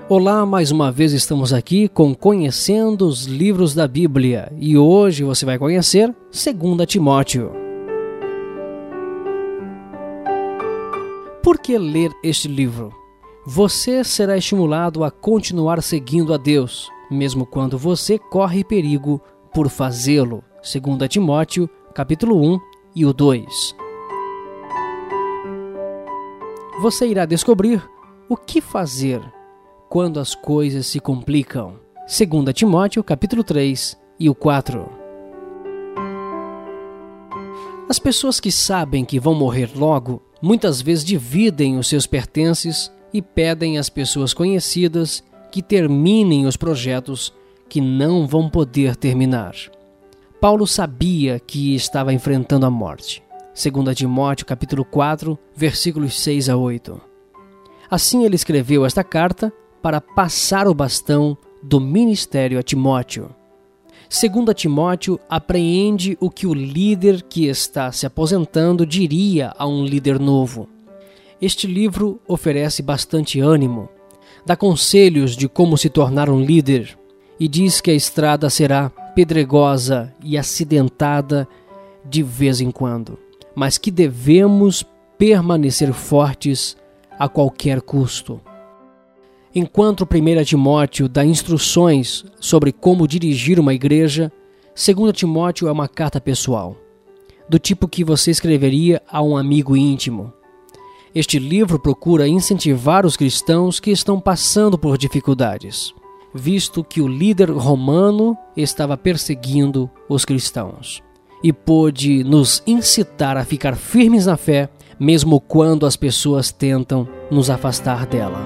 Olá, mais uma vez estamos aqui com Conhecendo os Livros da Bíblia e hoje você vai conhecer 2 Timóteo. Por que ler este livro? Você será estimulado a continuar seguindo a Deus, mesmo quando você corre perigo por fazê-lo. 2 Timóteo, capítulo 1 e o 2. Você irá descobrir o que fazer quando as coisas se complicam. 2 Timóteo, capítulo 3 e o 4. As pessoas que sabem que vão morrer logo, muitas vezes dividem os seus pertences e pedem às pessoas conhecidas que terminem os projetos que não vão poder terminar. Paulo sabia que estava enfrentando a morte. 2 Timóteo, capítulo 4, versículos 6 a 8. Assim ele escreveu esta carta para passar o bastão do ministério a Timóteo. 2 Timóteo apreende o que o líder que está se aposentando diria a um líder novo. Este livro oferece bastante ânimo, dá conselhos de como se tornar um líder e diz que a estrada será pedregosa e acidentada de vez em quando, mas que devemos permanecer fortes a qualquer custo. Enquanto 1 Timóteo dá instruções sobre como dirigir uma igreja, 2 Timóteo é uma carta pessoal, do tipo que você escreveria a um amigo íntimo. Este livro procura incentivar os cristãos que estão passando por dificuldades, visto que o líder romano estava perseguindo os cristãos, e pôde nos incitar a ficar firmes na fé, mesmo quando as pessoas tentam nos afastar dela.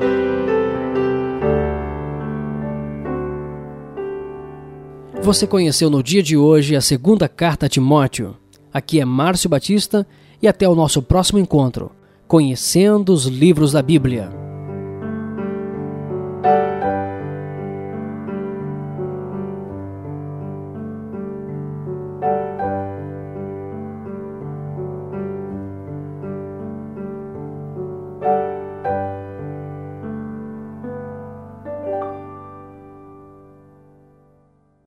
Você conheceu no dia de hoje a segunda carta a Timóteo. Aqui é Márcio Batista e até o nosso próximo encontro, Conhecendo os Livros da Bíblia.